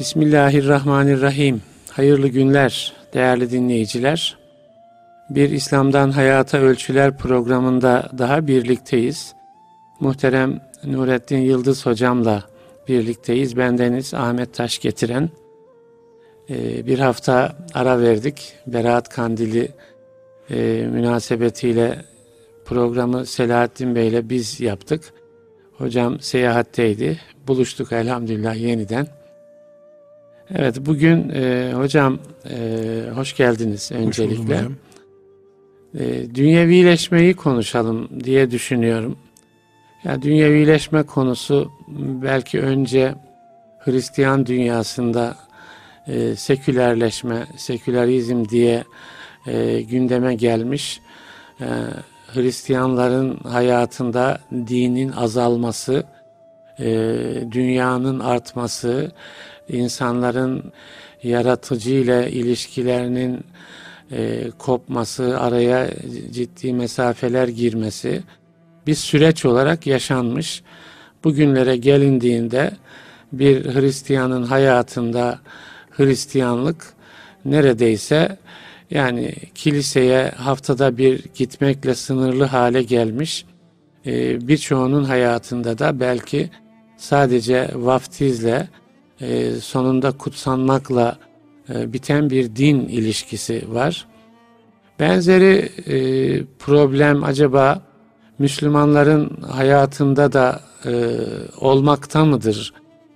Bismillahirrahmanirrahim. Hayırlı günler değerli dinleyiciler. Bir İslam'dan Hayata Ölçüler programında daha birlikteyiz. Muhterem Nurettin Yıldız hocamla birlikteyiz. Bendeniz Ahmet Taş getiren. Bir hafta ara verdik. Berat Kandili münasebetiyle programı Selahattin Bey'le biz yaptık. Hocam seyahatteydi. Buluştuk elhamdülillah yeniden. Evet, bugün hocam hoş geldiniz öncelikle. Hoş buldum Dünyevileşmeyi konuşalım diye düşünüyorum. Ya dünyevileşme konusu belki önce Hristiyan dünyasında sekülerleşme, sekülerizm diye gündeme gelmiş. Hristiyanların hayatında dinin azalması, dünyanın artması, insanların yaratıcı ile ilişkilerinin kopması, araya ciddi mesafeler girmesi bir süreç olarak yaşanmış. Bugünlere gelindiğinde bir Hristiyanın hayatında Hristiyanlık neredeyse yani kiliseye haftada bir gitmekle sınırlı hale gelmiş. Birçoğunun hayatında da belki sadece vaftizle sonunda kutsanmakla biten bir din ilişkisi var. Benzeri problem acaba Müslümanların hayatında da olmakta mıdır?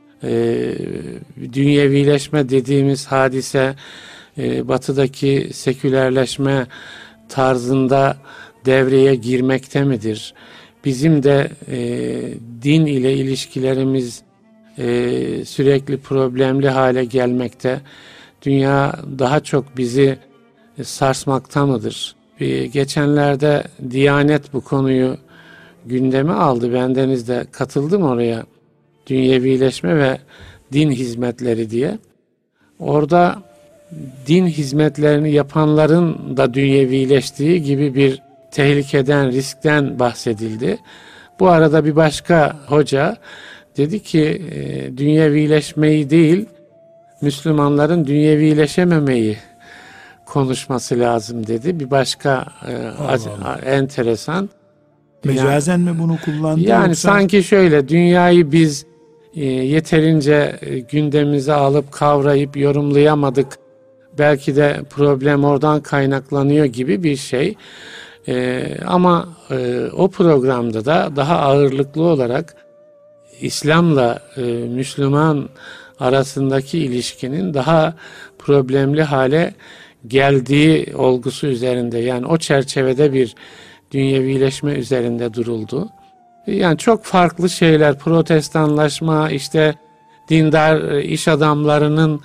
Dünyevileşme dediğimiz hadise batıdaki sekülerleşme tarzında devreye girmekte midir? Bizim de din ile ilişkilerimiz sürekli problemli hale gelmekte. Dünya daha çok bizi sarsmakta mıdır? Geçenlerde Diyanet bu konuyu gündeme aldı. Bendeniz de katıldım oraya. Dünyevileşme ve din hizmetleri diye. Orada din hizmetlerini yapanların da dünyevileştiği gibi bir tehlikeden, riskten bahsedildi. Bu arada bir başka hoca dedi ki dünyevileşmeyi değil, Müslümanların dünyevileşememeyi konuşması lazım dedi. Bir başka enteresan. Mecazen mi bunu kullandı? Yani yoksa? sanki şöyle, dünyayı biz yeterince gündemimize alıp kavrayıp yorumlayamadık. Belki de problem oradan kaynaklanıyor gibi bir şey. Ama o programda da daha ağırlıklı olarak İslam'la Müslüman arasındaki ilişkinin daha problemli hale geldiği olgusu üzerinde, yani o çerçevede bir dünyevileşme üzerinde duruldu. Yani çok farklı şeyler, protestanlaşma, işte dindar iş adamlarının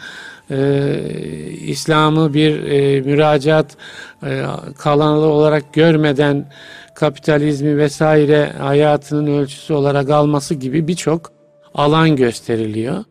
İslam'ı bir müracaat kanalı olarak görmeden kapitalizmi vesaire hayatının ölçüsü olarak alması gibi birçok alan gösteriliyor.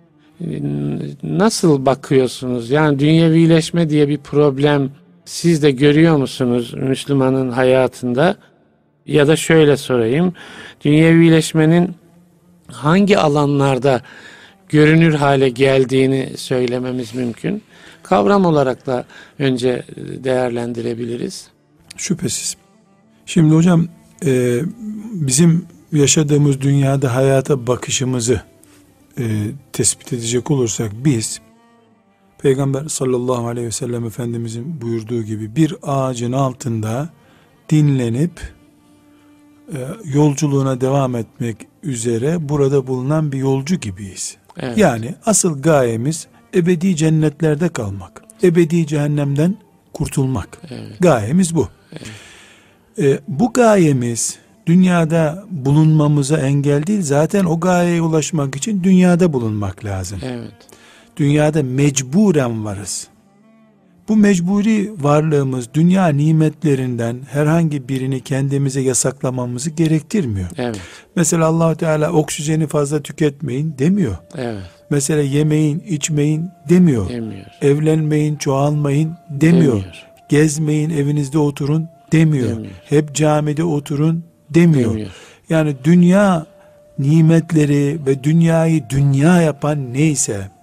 Nasıl bakıyorsunuz? Yani dünyevileşme diye bir problem siz de görüyor musunuz Müslümanın hayatında? Ya da şöyle sorayım, dünyevileşmenin hangi alanlarda görünür hale geldiğini söylememiz mümkün? Kavram olarak da önce değerlendirebiliriz. Şüphesiz. Şimdi hocam bizim yaşadığımız dünyada hayata bakışımızı tespit edecek olursak biz Peygamber sallallahu aleyhi ve sellem Efendimizin buyurduğu gibi bir ağacın altında dinlenip yolculuğuna devam etmek üzere burada bulunan bir yolcu gibiyiz. Evet. Yani asıl gayemiz ebedi cennetlerde kalmak. Ebedi cehennemden kurtulmak. Evet. Gayemiz bu. Evet. Bu gayemiz dünyada bulunmamıza engel değil. Zaten o gayeye ulaşmak için dünyada bulunmak lazım. Evet. Dünyada mecburen varız. Bu mecburi varlığımız dünya nimetlerinden herhangi birini kendimize yasaklamamızı gerektirmiyor. Evet. Mesela Allah-u Teala oksijeni fazla tüketmeyin demiyor. Evet. Mesela yemeyin, içmeyin demiyor. Demiyor. Evlenmeyin, çoğalmayın demiyor. Gezmeyin, evinizde oturun demiyor. Hep camide oturun demiyor. Yani dünya nimetleri ve dünyayı dünya yapan neyse,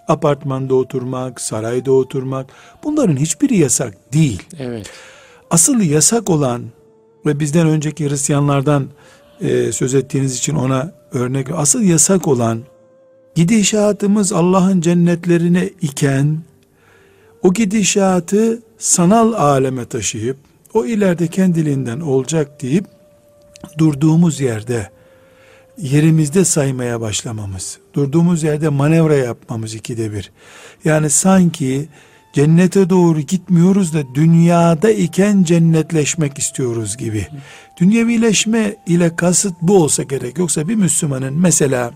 apartmanda oturmak, sarayda oturmak, bunların hiçbiri yasak değil. Evet. Asıl yasak olan ve bizden önceki Hristiyanlardan söz ettiğiniz için ona örnek, asıl yasak olan gidişatımız Allah'ın cennetlerine iken o gidişatı sanal aleme taşıyıp o ileride kendiliğinden olacak deyip durduğumuz yerde, yerimizde saymaya başlamamız, durduğumuz yerde manevra yapmamız ikide bir. Yani sanki cennete doğru gitmiyoruz da dünyada iken cennetleşmek istiyoruz gibi. Dünyevileşme ile kasıt bu olsa gerek. Yoksa bir Müslümanın mesela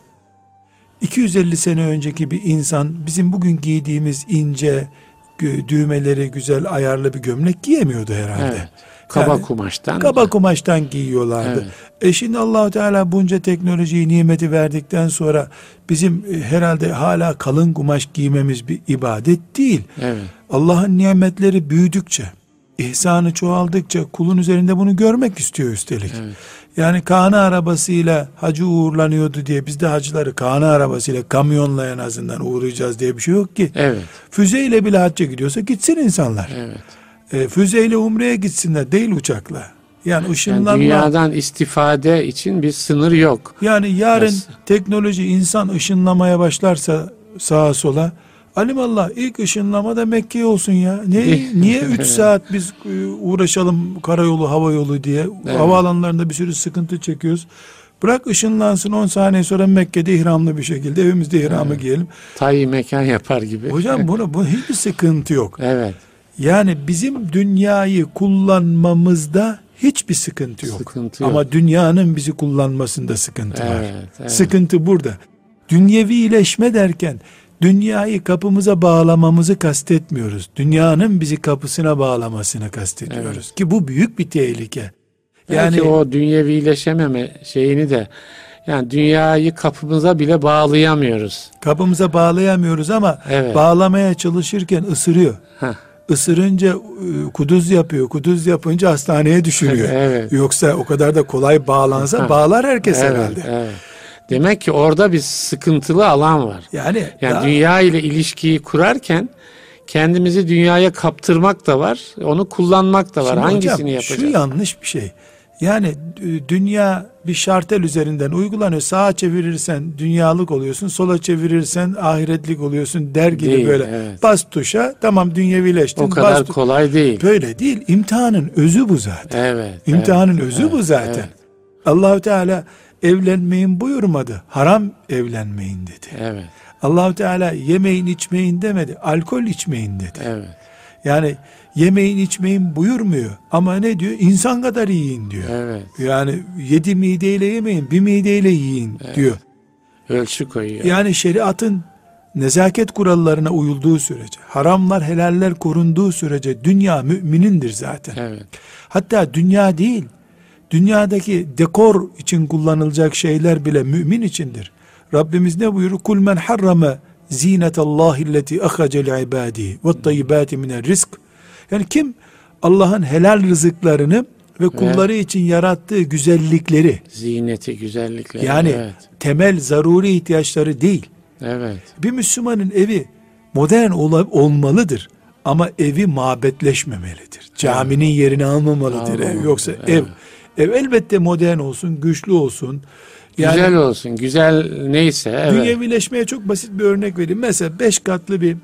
250 sene önceki bir insan bizim bugün giydiğimiz ince, düğmeleri güzel ayarlı bir gömlek giyemiyordu herhalde. Evet. Kaba kumaştan. Kaba kumaştan giyiyorlardı. Evet. Şimdi Allah-u Teala bunca teknolojiyi, nimeti verdikten sonra bizim herhalde hala kalın kumaş giymemiz bir ibadet değil. Evet. Allah'ın nimetleri büyüdükçe, ihsanı çoğaldıkça kulun üzerinde bunu görmek istiyor üstelik. Evet. Yani Kaan'ı arabasıyla hacı uğurlanıyordu diye biz de hacıları Kaan'ı arabasıyla, kamyonla en azından uğurlayacağız diye bir şey yok ki. Evet. Füzeyle bile hacca gidiyorsa gitsin insanlar. Evet. Füzeyle umreye gitsinler, değil uçakla. Yani ışınlanma. Yani dünyadan istifade için bir sınır yok. Yani yarın Nasıl? teknoloji insan ışınlamaya başlarsa sağa sola, alimallah ilk ışınlama da Mekke'ye olsun ya. Niye 3 saat biz uğraşalım karayolu, hava yolu diye. Evet. Havaalanlarında bir sürü sıkıntı çekiyoruz. Bırak ışınlansın, 10 saniye sonra Mekke'de ihramlı bir şekilde evimizde ihramı giyelim. Tayyi mekan yapar gibi. Hocam bu hiçbir sıkıntı yok. Evet. Yani bizim dünyayı kullanmamızda hiçbir sıkıntı yok. Sıkıntı yok. Ama dünyanın bizi kullanmasında sıkıntı var. Evet. Sıkıntı burada. Dünyevileşme derken dünyayı kapımıza bağlamamızı kastetmiyoruz. Dünyanın bizi kapısına bağlamasını kastediyoruz. Evet. Ki bu büyük bir tehlike. Yani o dünyevileşememe şeyini de, yani dünyayı kapımıza bile bağlayamıyoruz. Kapımıza bağlayamıyoruz ama Evet. bağlamaya çalışırken ısırıyor. Heh. Isırınca kuduz yapıyor. Kuduz yapınca hastaneye düşürüyor. Evet. Yoksa o kadar da kolay bağlansa bağlar herkes herhalde. Evet. Demek ki orada bir sıkıntılı alan var. Yani dünya ile ilişkiyi kurarken kendimizi dünyaya kaptırmak da var, onu kullanmak da var. Şimdi Hangisini hocam, yapacağız? şu yanlış bir şey. Yani dünya bir şartel üzerinden uygulanıyor. Sağa çevirirsen dünyalık oluyorsun, sola çevirirsen ahiretlik oluyorsun der gibi Değil, böyle. evet. Bas tuşa, tamam dünyevileştin. O kadar kolay değil. Böyle değil. İmtihanın özü bu zaten. Evet. İmtihanın evet, özü evet, bu zaten. Evet. Allah-u Teala evlenmeyin buyurmadı. Haram evlenmeyin dedi. Evet. Allah-u Teala yemeyin içmeyin demedi. Alkol içmeyin dedi. Evet. Yani yemeyin içmeyin buyurmuyor. Ama ne diyor? İnsan kadar yiyin diyor. Evet. Yani 7 mideyle yemeyin, bir mideyle yiyin diyor. Ölçü koyuyor. Yani şeriatın nezaket kurallarına uyulduğu sürece, haramlar helaller korunduğu sürece dünya müminindir zaten. Evet. Hatta dünya değil, dünyadaki dekor için kullanılacak şeyler bile mümin içindir. Rabbimiz ne buyurur? Kul men harrama zinetallahi allati akhraca li'ibadihi ve't-tayyibati min'r-rizk. Yani kim Allah'ın helal rızıklarını ve kulları için yarattığı güzellikleri, Ziyneti, güzellikleri. yani Evet. temel zaruri ihtiyaçları değil. Evet. Bir Müslümanın evi modern olmalıdır ama evi mabetleşmemelidir. Caminin yerini almamalıdır ev. Yoksa Evet. ev elbette modern olsun, güçlü olsun. Yani Güzel olsun. Güzel neyse. Evet. dünyevileşmeye çok basit bir örnek vereyim. Mesela 5 katlı bir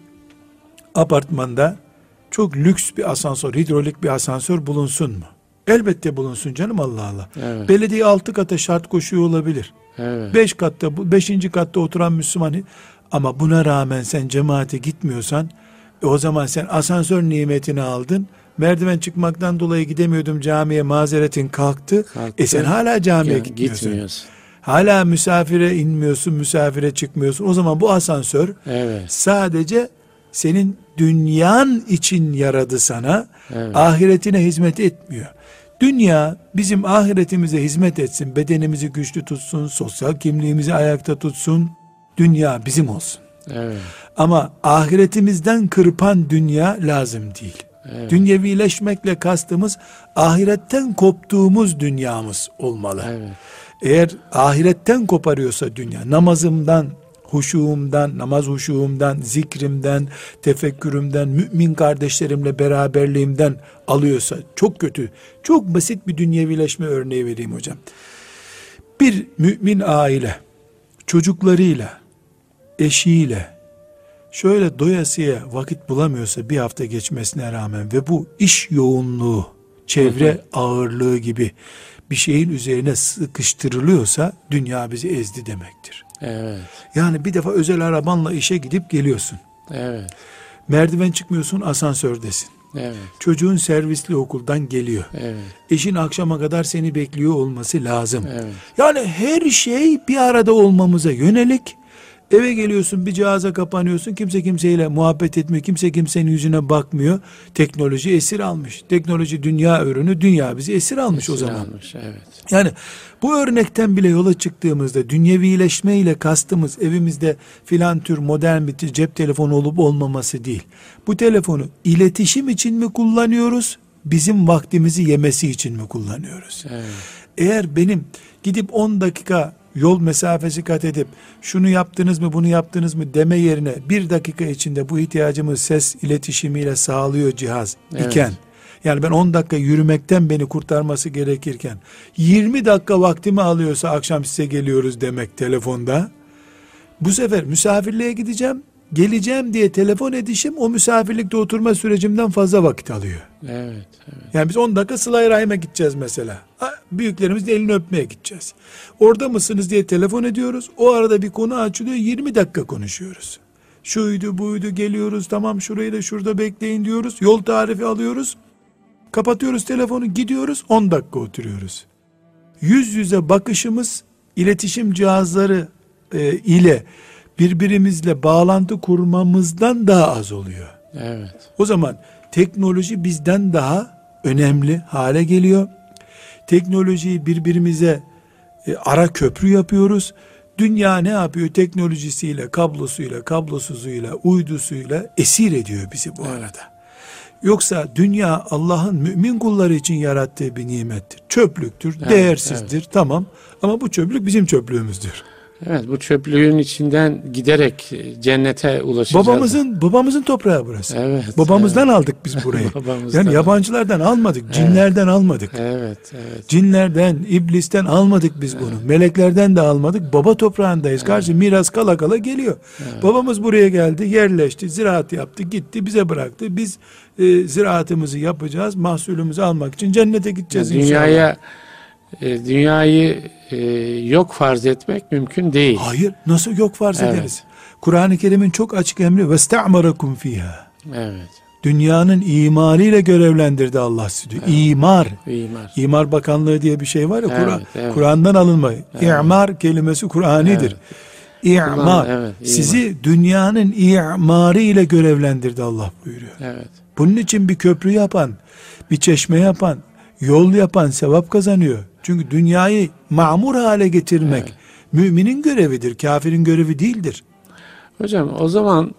apartmanda çok lüks bir asansör, hidrolik bir asansör bulunsun mu? Elbette bulunsun canım, Allah Allah. Evet. Belediye 6 kata şart koşuyor olabilir. Evet. 5 katta, 5. katta oturan Müslüman, ama buna rağmen sen cemaate gitmiyorsan, o zaman sen asansör nimetini aldın. Merdiven çıkmaktan dolayı gidemiyordum camiye, mazeretin kalktı. Sen hala camiye gitmiyorsun. Hala misafire inmiyorsun, misafire çıkmıyorsun. O zaman bu asansör sadece senin dünyan için yaradı sana, ahiretine hizmet etmiyor. Dünya bizim ahiretimize hizmet etsin, bedenimizi güçlü tutsun, sosyal kimliğimizi ayakta tutsun, dünya bizim olsun. Evet. Ama ahiretimizden kırpan dünya lazım değil. Evet. Dünyevileşmekle kastımız ahiretten koptuğumuz dünyamız olmalı. Evet. Eğer ahiretten koparıyorsa dünya, namazımdan, huşuğumdan, namaz huşuğumdan, zikrimden, tefekkürümden, mümin kardeşlerimle beraberliğimden alıyorsa çok kötü. Çok basit bir dünyevileşme örneği vereyim hocam. Bir mümin aile çocuklarıyla, eşiyle şöyle doyasıya vakit bulamıyorsa bir hafta geçmesine rağmen ve bu iş yoğunluğu, çevre ağırlığı gibi bir şeyin üzerine sıkıştırılıyorsa dünya bizi ezdi demektir. Evet. Yani bir defa özel arabanla işe gidip geliyorsun. Evet. Merdiven çıkmıyorsun, asansördesin. Evet. Çocuğun servisli okuldan geliyor. Evet. Eşin akşama kadar seni bekliyor olması lazım. Evet. Yani her şey bir arada olmamıza yönelik. Eve geliyorsun, bir cihaza kapanıyorsun, kimse kimseyle muhabbet etmiyor, kimse kimsenin yüzüne bakmıyor. Teknoloji esir almış. Teknoloji dünya ürünü, dünya bizi esir almış Esir o zaman. almış, evet. Yani bu örnekten bile yola çıktığımızda dünyevileşme ile kastımız evimizde filan tür modern bir cep telefonu olup olmaması değil. Bu telefonu iletişim için mi kullanıyoruz, bizim vaktimizi yemesi için mi kullanıyoruz? Evet. Eğer benim gidip 10 dakika yol mesafesi kat edip şunu yaptınız mı bunu yaptınız mı deme yerine 1 dakika içinde bu ihtiyacımı ses iletişimiyle sağlıyor cihaz iken, yani ben 10 dakika yürümekten beni kurtarması gerekirken 20 dakika vaktimi alıyorsa akşam size geliyoruz demek telefonda, bu sefer misafirliğe gideceğim, geleceğim diye telefon edişim o misafirlikte oturma sürecimden fazla vakit alıyor. Evet. Evet. Yani biz 10 dakika sıla-i rahime gideceğiz mesela. Büyüklerimizin elini öpmeye gideceğiz. Orada mısınız diye telefon ediyoruz. O arada bir konu açılıyor, 20 dakika konuşuyoruz. Şuydu buydu, geliyoruz, tamam şurayı da şurada bekleyin diyoruz. Yol tarifi alıyoruz. Kapatıyoruz telefonu, gidiyoruz, 10 dakika oturuyoruz. Yüz yüze bakışımız iletişim cihazları ile birbirimizle bağlantı kurmamızdan daha az oluyor. Evet. O zaman teknoloji bizden daha önemli hale geliyor. Teknolojiyi birbirimize ara köprü yapıyoruz. Dünya ne yapıyor? Teknolojisiyle, kablosuyla, kablosuzuyla, uydusuyla esir ediyor bizi bu arada. Yoksa dünya Allah'ın mümin kulları için yarattığı bir nimettir. Çöplüktür, Evet, değersizdir, tamam. Ama bu çöplük bizim çöplüğümüzdür. Evet, bu çöplüğün içinden giderek cennete ulaşacağız. Babamızın toprağı burası. Evet. Babamızdan aldık biz burayı. Babamızdan Yani yabancılardan almadık, cinlerden almadık. Evet, evet. Cinlerden, iblisten almadık biz bunu. Meleklerden de almadık. Baba toprağındayız. Karşı miras kala kala geliyor. Babamız buraya geldi, yerleşti, ziraat yaptı, gitti, bize bıraktı. Biz ziraatımızı yapacağız, mahsulümüzü almak için cennete gideceğiz inşallah. Dünyayı yok farz etmek mümkün değil. Hayır, nasıl yok farz ederiz? Kur'an-ı Kerim'in çok açık emri vesta'marakum fiha. Evet. Dünyanın imarıyla görevlendirdi Allah sizi diyor. İmar. İmar Bakanlığı diye bir şey var ya, Kur'an'dan alınma. İmar kelimesi Kur'anidir. İmar. Sizi dünyanın imarı ile görevlendirdi Allah buyuruyor. Evet. Bunun için bir köprü yapan, bir çeşme yapan, yol yapan sevap kazanıyor. Çünkü dünyayı mamur hale getirmek müminin görevidir, kafirin görevi değildir. Hocam o zaman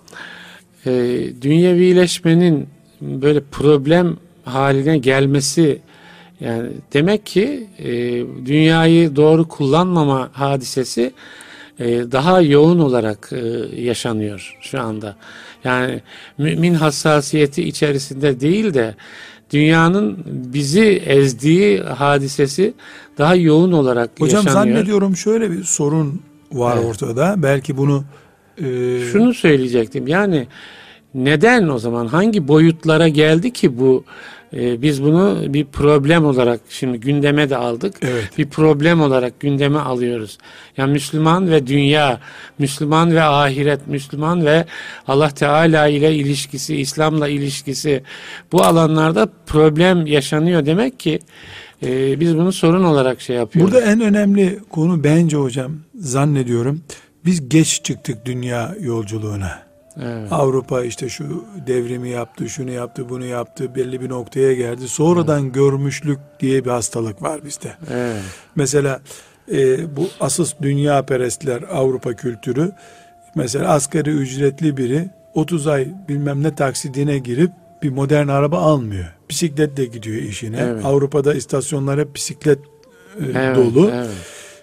dünyevileşmenin böyle problem haline gelmesi, yani demek ki dünyayı doğru kullanmama hadisesi daha yoğun olarak yaşanıyor şu anda. Yani mümin hassasiyeti içerisinde değil de dünyanın bizi ezdiği hadisesi daha yoğun olarak yaşanıyor. Hocam zannediyorum şöyle bir sorun var ortada. Belki bunu şunu söyleyecektim. Yani neden o zaman, hangi boyutlara geldi ki bu, biz bunu bir problem olarak şimdi gündeme de aldık. Evet. Bir problem olarak gündeme alıyoruz. Yani Müslüman ve dünya, Müslüman ve ahiret, Müslüman ve Allah Teala ile ilişkisi, İslam'la ilişkisi, bu alanlarda problem yaşanıyor demek ki biz bunu sorun olarak şey yapıyoruz. Burada en önemli konu bence hocam, zannediyorum biz geç çıktık dünya yolculuğuna. Evet. Avrupa işte şu devrimi yaptı, şunu yaptı, bunu yaptı, belli bir noktaya geldi. Sonradan görmüşlük diye bir hastalık var bizde. Evet. Mesela bu asıl dünya perestler, Avrupa kültürü, mesela asgari ücretli biri 30 ay bilmem ne taksidine girip bir modern araba almıyor. Bisikletle gidiyor işine. Evet. Avrupa'da istasyonlar hep bisiklet dolu. Evet.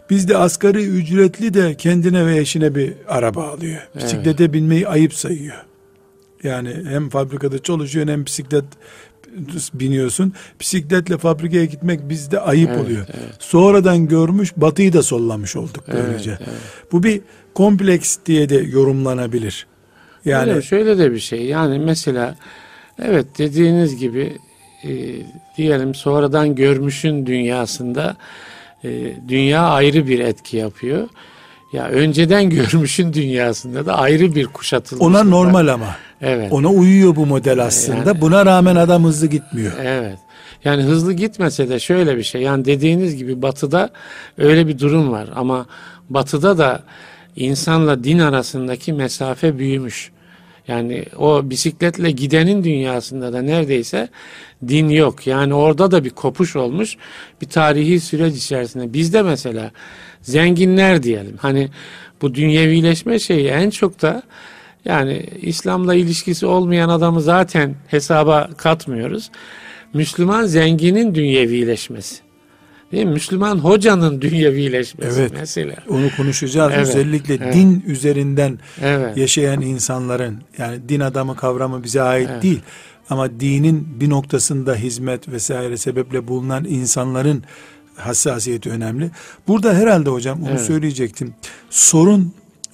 Bizde asgari ücretli de kendine ve eşine bir araba alıyor. Bisiklete binmeyi ayıp sayıyor. Yani hem fabrikada çalışıyorsun hem bisiklet biniyorsun. Bisikletle fabrikaya gitmek bizde ayıp oluyor. Sonradan görmüş, batıyı da sollamış olduk böylece. Bu bir kompleks diye de yorumlanabilir. Yani öyle, şöyle de bir şey. Yani mesela evet, dediğiniz gibi diyelim sonradan görmüşün dünyasında dünya ayrı bir etki yapıyor. Ya önceden görmüşün dünyasında da ayrı bir kuşatılmış. ona normal ama. Evet. Ona uyuyor bu model aslında. Yani, buna rağmen adam hızlı gitmiyor. Evet. Yani hızlı gitmese de şöyle bir şey. Yani dediğiniz gibi batıda öyle bir durum var. Ama batıda da insanla din arasındaki mesafe büyümüş. Yani o bisikletle gidenin dünyasında da neredeyse din yok. Yani orada da bir kopuş olmuş bir tarihi süreç içerisinde. Bizde mesela zenginler diyelim. Hani bu dünyevileşme şeyi en çok da yani İslam'la ilişkisi olmayan adamı zaten hesaba katmıyoruz. Müslüman zenginin dünyevileşmesi. Değil mi? Müslüman hocanın dünyevileşmesi mesela. Onu konuşacağız. Özellikle din üzerinden yaşayan insanların, yani din adamı kavramı bize ait değil. Ama dinin bir noktasında hizmet vesaire sebeple bulunan insanların hassasiyeti önemli. Burada herhalde hocam onu söyleyecektim. Sorun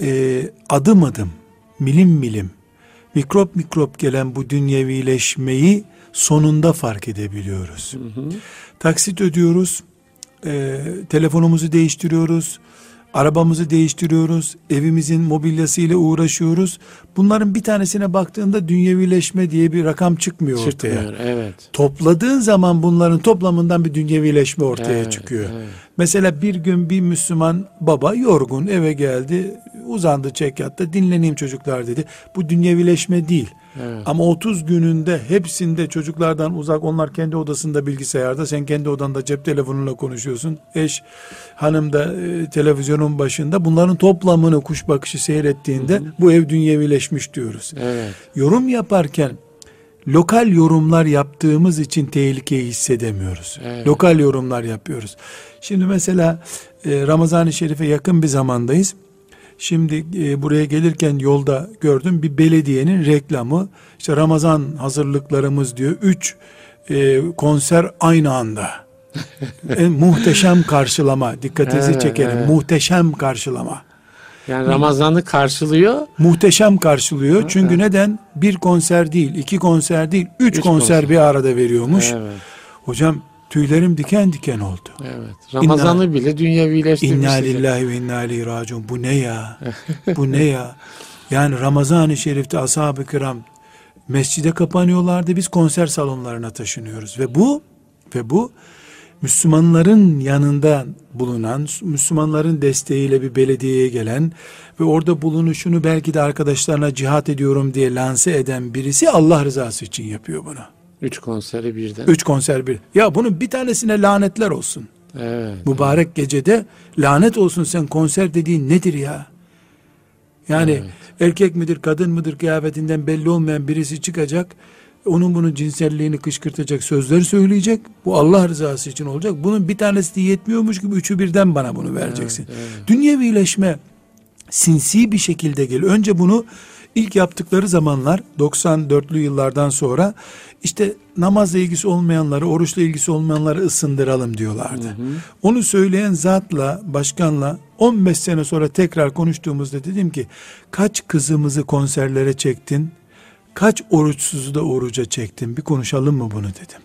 adım adım, milim milim, mikrop mikrop gelen bu dünyevileşmeyi sonunda fark edebiliyoruz. Taksit ödüyoruz, telefonumuzu değiştiriyoruz, arabamızı değiştiriyoruz, evimizin mobilyasıyla uğraşıyoruz. Bunların bir tanesine baktığında dünyevileşme diye bir rakam çıkmıyor ortaya. Topladığın zaman bunların toplamından bir dünyevileşme ortaya çıkıyor. Mesela bir gün bir Müslüman baba yorgun eve geldi, uzandı çekyatta, dinleneyim çocuklar dedi. Bu dünyevileşme değil. Ama 30 gününde hepsinde çocuklardan uzak, onlar kendi odasında bilgisayarda, sen kendi odanda cep telefonuyla konuşuyorsun. Eş, hanım da televizyonun başında. Bunların toplamını kuş bakışı seyrettiğinde bu ev dünyevileşmiş diyoruz. Yorum yaparken lokal yorumlar yaptığımız için tehlikeyi hissedemiyoruz. Lokal yorumlar yapıyoruz. Şimdi mesela Ramazan-ı Şerif'e yakın bir zamandayız. Şimdi buraya gelirken yolda gördüm, bir belediyenin reklamı. İşte Ramazan hazırlıklarımız diyor. 3 konser aynı anda. Muhteşem karşılama. Dikkatinizi çekelim. Muhteşem karşılama. Yani Ramazan'ı karşılıyor. Muhteşem karşılıyor. Çünkü neden? Bir konser değil, 2 konser değil, 3 konser bir arada veriyormuş. Hocam tüylerim diken diken oldu. Ramazan'ı bile dünyevileştirmiş. İnna lillahi ve inna ileyhi raciun. Bu ne ya? Bu ne ya? Yani Ramazan-ı Şerif'te ashab-ı kiram mescide kapanıyorlardı. Biz konser salonlarına taşınıyoruz. Ve bu Müslümanların yanında bulunan, Müslümanların desteğiyle bir belediyeye gelen ve orada bulunuşunu belki de arkadaşlarına cihat ediyorum diye lanse eden birisi Allah rızası için yapıyor bunu. 3 konseri birden. 3 konser bir. Ya bunun bir tanesine lanetler olsun. Mübarek gecede lanet olsun, sen konser dediğin nedir ya? Yani erkek midir, kadın mıdır kıyafetinden belli olmayan birisi çıkacak. Onun bunun cinselliğini kışkırtacak sözler söyleyecek. Bu Allah rızası için olacak. Bunun bir tanesi de yetmiyormuş gibi 3'ü birden bana bunu vereceksin. Dünyevileşme sinsi bir şekilde geliyor. Önce bunu ilk yaptıkları zamanlar 94'lü yıllardan sonra işte namazla ilgisi olmayanları, oruçla ilgisi olmayanları ısındıralım diyorlardı. Onu söyleyen zatla, başkanla 15 sene sonra tekrar konuştuğumuzda dedim ki kaç kızımızı konserlere çektin? Kaç oruçsuzu da oruca çektin? Bir konuşalım mı bunu dedim.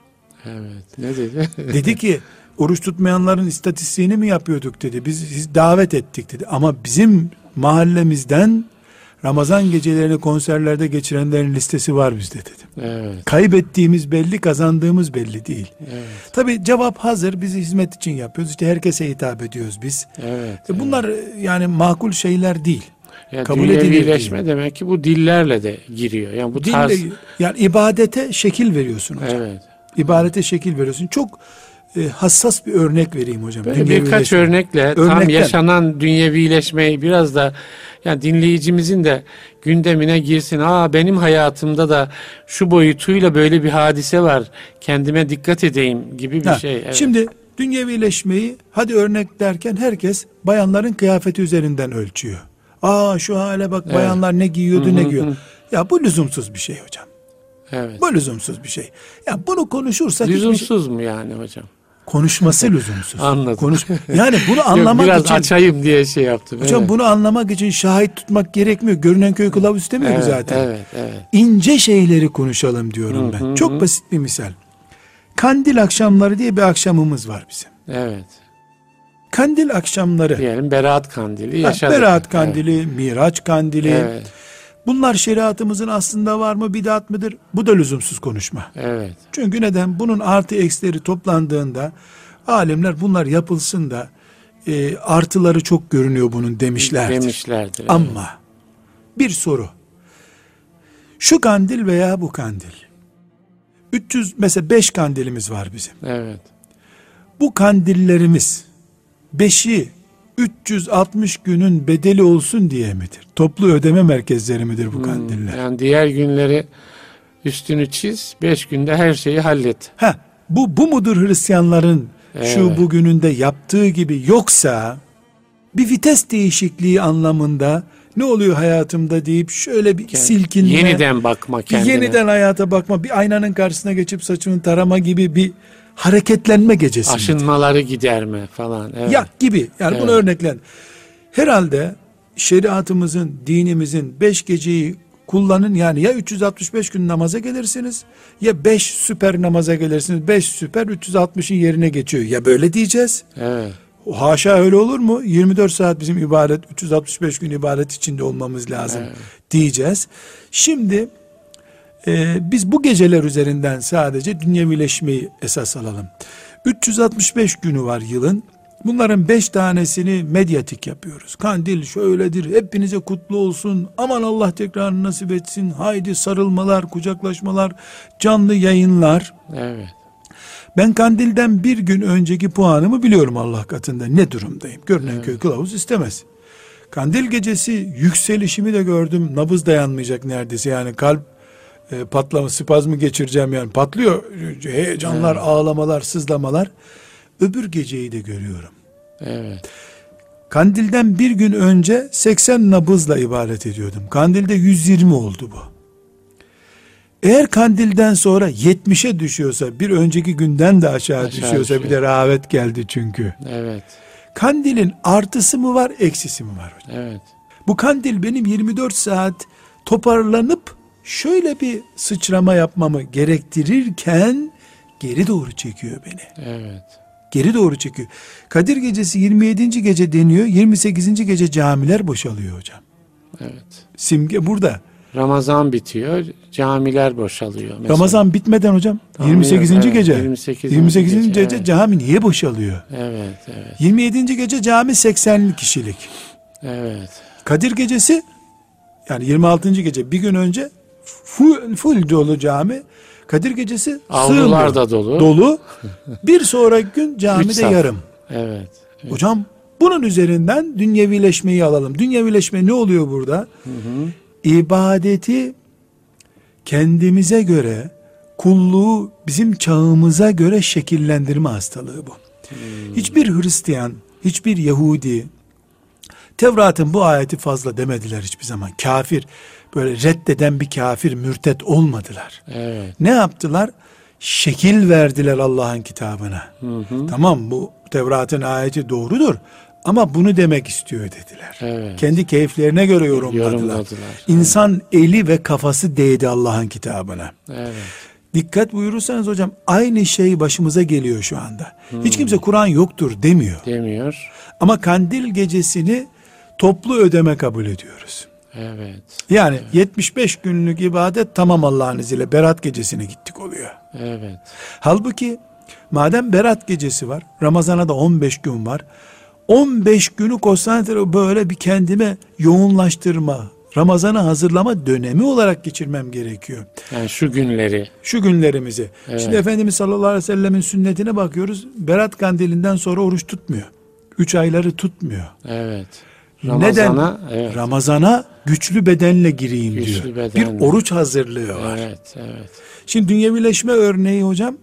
Ne dedi? Dedi ki oruç tutmayanların istatistiğini mi yapıyorduk dedi. Biz davet ettik dedi. Ama bizim mahallemizden Ramazan gecelerini konserlerde geçirenlerin listesi var bizde dedim. Kaybettiğimiz belli, kazandığımız belli değil. Tabii cevap hazır. Biz hizmet için yapıyoruz. İşte herkese hitap ediyoruz biz. Bunlar yani makul şeyler değil. Dünyevileşme demek ki bu dillerle de giriyor. Yani bu tarz, yani ibadete şekil veriyorsun hocam. İbadete şekil veriyorsun. Çok hassas bir örnek vereyim hocam. Birkaç örnekle tam yaşanan dünyevileşmeyi biraz da yani dinleyicimizin de gündemine girsin. Benim hayatımda da şu boyutuyla böyle bir hadise var. Kendime dikkat edeyim gibi bir şey. Şimdi Dünyevileşmeyi hadi örnek derken herkes bayanların kıyafeti üzerinden ölçüyor. Şu hale bak, bayanlar ne giyiyordu, ne giyiyor. Ya bu lüzumsuz bir şey hocam. Evet. Bu lüzumsuz bir şey. Ya bunu konuşursak Lüzumsuz mu yani hocam? Konuşması lüzumsuz. Anladım. Yani bunu Yok, anlamak biraz için açayım diye şey yaptım. hocam Evet. bunu anlamak için şahit tutmak gerekmiyor. Görünen köy kılavuz istemiyor ki Evet, zaten. evet. İnce şeyleri konuşalım diyorum ben. Çok basit bir misal. Kandil akşamları diye bir akşamımız var bizim. Evet. Kandil akşamları. Diyelim Berat Kandili yaşadık. Berat Kandili, Miraç Kandili. Evet. Bunlar şeriatımızın aslında var mı, bidat mıdır? Bu da lüzumsuz konuşma. Evet. Çünkü neden? Bunun artı eksileri toplandığında alimler bunlar yapılsın da artıları çok görünüyor bunun demişlerdir. Evet. Ama bir soru. Şu kandil veya bu kandil. 300 mesela 5 kandilimiz var bizim. Evet. Bu kandillerimiz 5'i 360 günün bedeli olsun diye midir? Toplu ödeme merkezleri midir bu kandiller? Yani diğer günleri üstünü çiz, 5 günde her şeyi hallet. Bu mudur Hristiyanların şu bugününde yaptığı gibi, yoksa bir vites değişikliği anlamında ne oluyor hayatımda deyip şöyle bir silkinme, yeniden bakma kendine. Yeniden hayata bakma, bir aynanın karşısına geçip saçını tarama gibi bir hareketlenme gecesi. Aşınmaları giderme falan. Evet. Yak gibi. Yani bunu örneklen. Herhalde şeriatımızın, dinimizin 5 geceyi kullanın, yani ya 365 gün namaza gelirsiniz ya 5 süper namaza gelirsiniz. 5 süper 360'ın yerine geçiyor. Ya böyle diyeceğiz. Evet. Haşa, öyle olur mu? 24 saat bizim ibadet, 365 gün ibadet içinde olmamız lazım diyeceğiz. Şimdi biz bu geceler üzerinden sadece dünyevileşmeyi esas alalım. 365 günü var yılın. Bunların 5 tanesini medyatik yapıyoruz. Kandil şöyledir, hepinize kutlu olsun, aman Allah tekrar nasip etsin, haydi sarılmalar, kucaklaşmalar, canlı yayınlar. Evet. Ben kandilden bir gün önceki puanımı biliyorum Allah katında, ne durumdayım. Görünen köy kılavuz istemez. Kandil gecesi yükselişimi de gördüm, nabız dayanmayacak neredeyse, yani kalp patlama, spazmı geçireceğim, yani patlıyor, heyecanlar, ağlamalar, sızlamalar. Öbür geceyi de görüyorum. Evet. Kandilden bir gün önce 80 nabızla ibadet ediyordum. Kandilde 120 oldu bu. Eğer kandilden sonra 70'e düşüyorsa, bir önceki günden de aşağı düşüyorsa, bir de rağbet geldi çünkü. Evet. Kandilin artısı mı var, eksisi mi var hocam? Evet. Bu kandil benim 24 saat toparlanıp şöyle bir sıçrama yapmamı gerektirirken geri doğru çekiyor beni. Evet. Geri doğru çekiyor. Kadir gecesi 27. gece deniyor. 28. gece camiler boşalıyor hocam. Evet. Simge burada. Ramazan bitiyor, camiler boşalıyor. Mesela. Ramazan bitmeden hocam, Tamam, 28. evet, gece. 28. gece evet. cami niye boşalıyor? Evet, evet. 27. gece cami 80 kişilik. Evet. Kadir gecesi, yani 26. gece bir gün önce full dolu cami. Kadir gecesi Avlular da dolu. Dolu. Bir sonraki gün camide Üç saf. yarım. Evet. Hocam bunun üzerinden dünyevileşmeyi alalım. Dünyevileşme ne oluyor burada? İbadeti kendimize göre, kulluğu bizim çağımıza göre şekillendirme hastalığı bu. Hiçbir Hristiyan, hiçbir Yahudi, Tevrat'ın bu ayeti fazla demediler hiçbir zaman. Kafir, böyle reddeden bir kafir, mürtet olmadılar. Evet. Ne yaptılar? Şekil verdiler Allah'ın kitabına. Tamam, bu Tevrat'ın ayeti doğrudur ama bunu demek istiyor dediler. Evet. Kendi keyiflerine göre yorumladılar. İnsan eli ve kafası değdi Allah'ın kitabına. Evet. Dikkat buyurursanız hocam, aynı şey başımıza geliyor şu anda. Hiç kimse Kur'an yoktur demiyor. Demiyor. Ama kandil gecesini toplu ödeme kabul ediyoruz. Evet. Yani 75 günlük ibadet tamam Allah'ın izniyle Berat gecesine gittik oluyor. Evet. Halbuki madem Berat gecesi var, Ramazan'a da 15 gün var. 15 günü konsantre böyle bir kendime yoğunlaştırma, Ramazan'a hazırlama dönemi olarak geçirmem gerekiyor. Yani şu günleri. Şu günlerimizi. Evet. Şimdi Efendimiz sallallahu aleyhi ve sellemin sünnetine bakıyoruz. Berat kandilinden sonra oruç tutmuyor. 3 ayları tutmuyor. Evet. Neden? Evet. Ramazana güçlü bedenle gireyim Güçlü diyor. bedenle. Bir oruç hazırlığı var. Evet, evet. Şimdi dünyevileşme örneği hocam,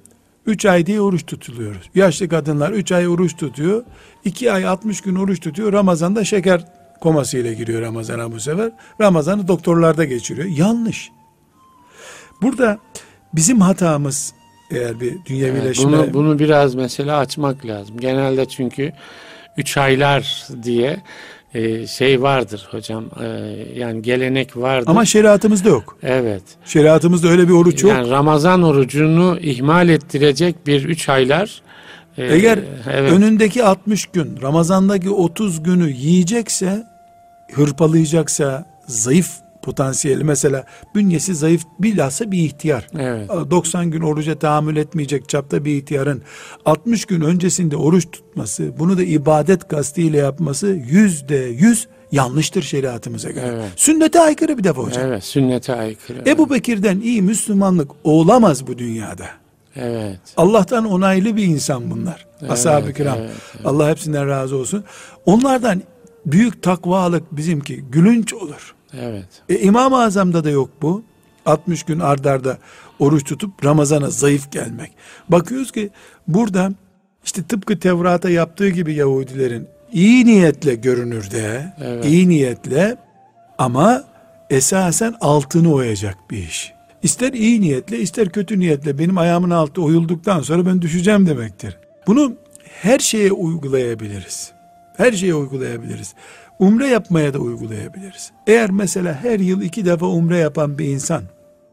3 ay diye oruç tutuluyoruz. Yaşlı kadınlar 3 ay oruç tutuyor. 2 ay 60 gün oruç tutuyor. Ramazan'da şeker komasıyla giriyor Ramazan'a bu sefer. Ramazan'ı doktorlarda geçiriyor. Yanlış. Burada bizim hatamız, eğer bir dünyevileşme... Bunu biraz mesela açmak lazım. Genelde çünkü 3 aylar diye şey vardır hocam. Yani gelenek vardır. Ama şeriatımızda yok. Evet. Şeriatımızda öyle bir oruç yok. Yani Ramazan orucunu ihmal ettirecek bir 3 aylar. Eğer evet. önündeki 60 gün, Ramazan'daki 30 günü yiyecekse, hırpalayacaksa, zayıf potansiyeli, mesela bünyesi zayıf bilhassa bir ihtiyar. Evet. 90 gün oruca tahammül etmeyecek çapta bir ihtiyarın 60 gün öncesinde oruç tutması, bunu da ibadet kastıyla yapması %100 yanlıştır şeriatımıza göre. Evet. Sünnete aykırı bir defa hocam. Evet, sünnete aykırı. Ebu Bekir'den iyi Müslümanlık olamaz bu dünyada. Evet. Allah'tan onaylı bir insan bunlar. Evet, Ashab-ı kiram. evet. Allah hepsinden razı olsun. Onlardan büyük takvalık bizimki gülünç olur. Evet. İmam-ı Azam'da da yok bu. 60 gün ard arda oruç tutup Ramazan'a zayıf gelmek. Bakıyoruz ki burada işte tıpkı Tevrat'a yaptığı gibi Yahudilerin iyi niyetle görünür de, Evet. iyi niyetle, ama esasen altını oyacak bir iş. İster iyi niyetle ister kötü niyetle benim ayağımın altı oyulduktan sonra ben düşeceğim demektir. Bunu her şeye uygulayabiliriz. Her şeye uygulayabiliriz. Umre yapmaya da uygulayabiliriz. Eğer mesela her yıl 2 defa umre yapan bir insan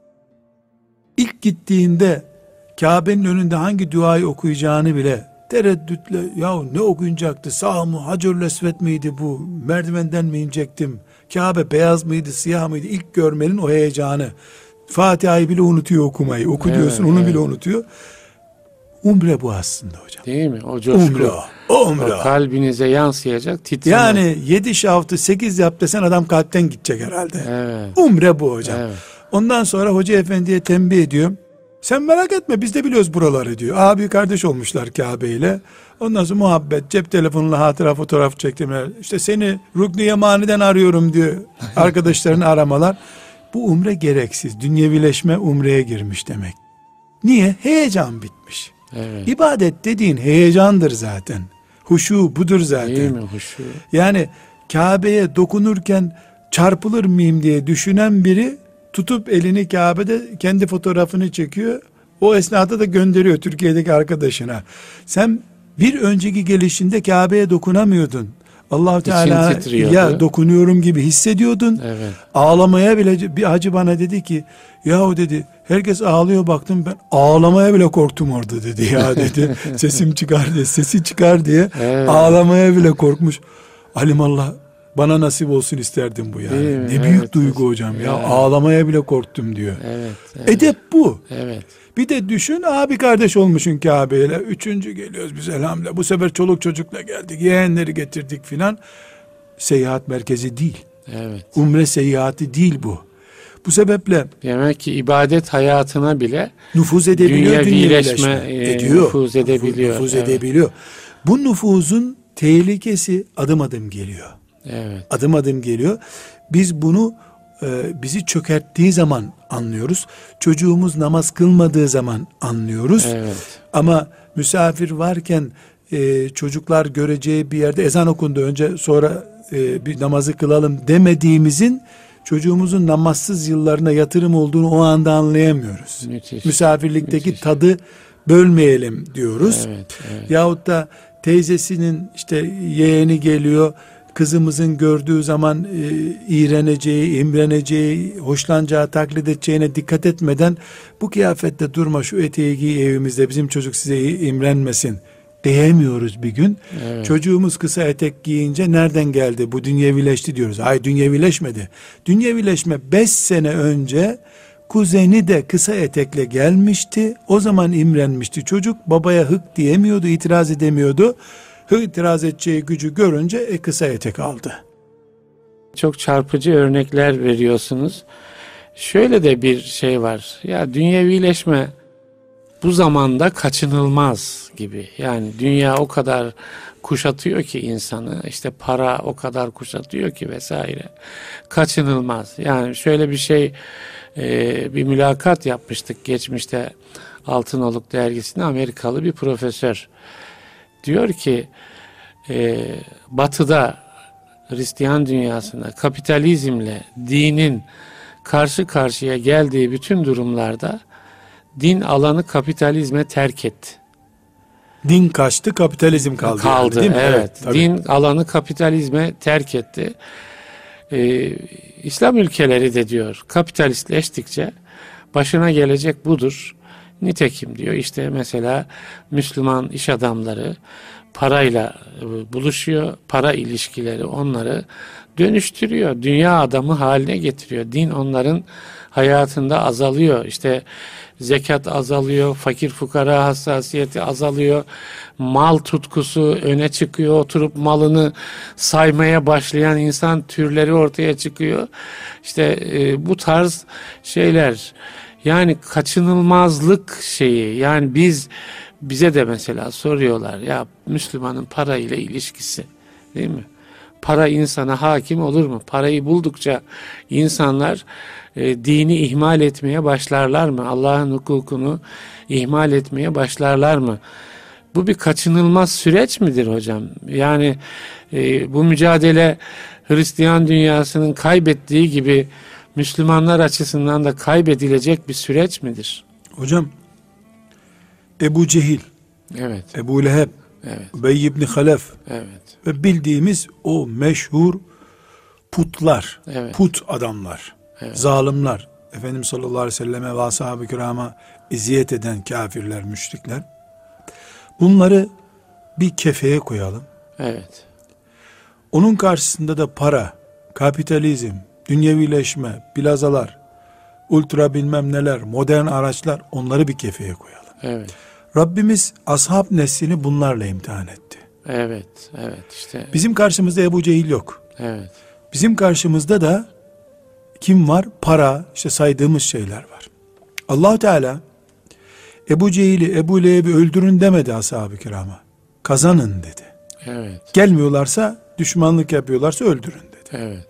ilk gittiğinde Kabe'nin önünde hangi duayı okuyacağını bile tereddütle, ya ne okuyacaktı, sağ mı, Hacerül Esved miydi bu, merdivenden mi inecektim, Kabe beyaz mıydı siyah mıydı, ilk görmenin o heyecanı, Fatiha'yı bile unutuyor okumayı, oku diyorsun onu bile unutuyor. Umre bu aslında hocam. Değil mi? O coşku. Umre o. Umre O kalbinize yansıyacak titreme. Yani 7 şaftı 8 yap desen adam kalpten gidecek herhalde. Evet. Umre bu hocam. Evet. Ondan sonra hoca efendiye tembih ediyor. Sen merak etme biz de biliyoruz buraları diyor. Abi kardeş olmuşlar Kabe ile. Ondan sonra muhabbet, cep telefonuyla hatıra fotoğraf çektimler. İşte seni Rukn-i Yemani'den arıyorum diyor. Arkadaşlarını aramalar. Bu umre gereksiz. Dünyevileşme umreye girmiş demek. Niye? Heyecan bitmiş. Evet. İbadet dediğin heyecandır zaten. Huşu budur zaten. Değil mi huşu? Yani Kabe'ye dokunurken çarpılır mıyım diye düşünen biri tutup elini Kabe'de kendi fotoğrafını çekiyor. O esnada da gönderiyor Türkiye'deki arkadaşına. Sen bir önceki gelişinde Kabe'ye dokunamıyordun. Allah Teala ya dokunuyorum gibi hissediyordun. Evet. Ağlamaya bile, bir hacı bana dedi ki, yahu dedi herkes ağlıyor baktım ben ağlamaya bile korktum orada dedi ya dedi. Sesim çıkar diye, sesi çıkar diye Evet. ağlamaya bile korkmuş. Alimallah bana nasip olsun isterdim bu yani. Ne büyük duygu hocam ya, ağlamaya bile korktum diyor. Evet, evet. Edep bu. Evet. Bir de düşün, abi kardeş olmuşsun Kabe'yle. 3. geliyoruz biz elhamdülillah. Bu sefer çoluk çocukla geldik. Yeğenleri getirdik filan. Seyahat merkezi değil. Evet. Umre seyahati değil bu. Bu sebeple Demek ki ibadet hayatına bile nüfuz edebiliyor, dünyevileşme ediyor. nüfuz edebiliyor. Nüfuz Evet. edebiliyor. Bu nüfuzun tehlikesi adım adım geliyor. Evet. Adım adım geliyor. Biz bunu bizi çökerttiği zaman anlıyoruz. Çocuğumuz namaz kılmadığı zaman anlıyoruz. Evet. Ama misafir varken çocuklar göreceği bir yerde ezan okundu önce sonra bir namazı kılalım demediğimizin çocuğumuzun namazsız yıllarına yatırım olduğunu o anda anlayamıyoruz. Müthiş. Misafirlikteki Müthiş. tadı bölmeyelim diyoruz. Evet, evet. Yahut da teyzesinin işte yeğeni geliyor, kızımızın gördüğü zaman iğreneceği, imreneceği, hoşlanacağı, taklit edeceğine dikkat etmeden bu kıyafette durma, şu eteği giy evimizde, bizim çocuk size imrenmesin diyemiyoruz bir gün. Evet. Çocuğumuz kısa etek giyince nereden geldi bu, dünyevileşti diyoruz. Hayır, dünyevileşmedi. Dünyevileşme 5 sene önce kuzeni de kısa etekle gelmişti. O zaman imrenmişti. Çocuk babaya hık diyemiyordu, itiraz edemiyordu. İtiraz edeceği gücü görünce kısa etek aldı. Çok çarpıcı örnekler veriyorsunuz. Şöyle de bir şey var. Ya dünyevileşme bu zamanda kaçınılmaz gibi. Yani dünya o kadar kuşatıyor ki insanı. İşte para o kadar kuşatıyor ki vesaire. Kaçınılmaz. Yani şöyle bir şey, bir mülakat yapmıştık geçmişte. Altınoluk dergisinde Amerikalı bir profesör. Diyor ki Batı'da, Hristiyan dünyasında kapitalizmle dinin karşı karşıya geldiği bütün durumlarda din alanı kapitalizme terk etti. Din kaçtı, kapitalizm kaldı. Yani, değil mi? Evet. Tabii. Din alanı kapitalizme terk etti. İslam ülkeleri de diyor kapitalistleştikçe başına gelecek budur. Nitekim diyor işte mesela Müslüman iş adamları parayla buluşuyor. Para ilişkileri onları dönüştürüyor. Dünya adamı haline getiriyor. Din onların hayatında azalıyor. İşte zekat azalıyor. Fakir fukara hassasiyeti azalıyor. Mal tutkusu öne çıkıyor. Oturup malını saymaya başlayan insan türleri ortaya çıkıyor. İşte bu tarz şeyler. Yani kaçınılmazlık şeyi. Yani bize de mesela soruyorlar ya Müslümanın para ile ilişkisi, değil mi? Para insana hakim olur mu? Parayı buldukça insanlar dini ihmal etmeye başlarlar mı? Allah'ın hukukunu ihmal etmeye başlarlar mı? Bu bir kaçınılmaz süreç midir hocam? Yani bu mücadele Hristiyan dünyasının kaybettiği gibi Müslümanlar açısından da kaybedilecek bir süreç midir? Hocam, Ebu Cehil, Evet. Ebu Leheb, Evet. Übey ibn Halef Evet. ve bildiğimiz o meşhur putlar, Evet. put adamlar, zalimler, Efendimiz sallallahu aleyhi ve selleme ve ashab-ı kirama eziyet eden kafirler, müşrikler. Bunları bir kefeye koyalım. Evet. Onun karşısında da para, kapitalizm, dünyevileşme, plazalar, ultra bilmem neler, modern araçlar, onları bir kefeye koyalım. Evet. Rabbimiz ashab neslini bunlarla imtihan etti. Evet. Evet. İşte. Bizim karşımızda Ebu Cehil yok. Evet. Bizim karşımızda da kim var? Para, işte saydığımız şeyler var. Allah Teala Ebu Cehil'i, Ebu Leheb'i öldürün demedi ashab-ı kirama. Kazanın dedi. Evet. Gelmiyorlarsa, düşmanlık yapıyorlarsa öldürün dedi. Evet.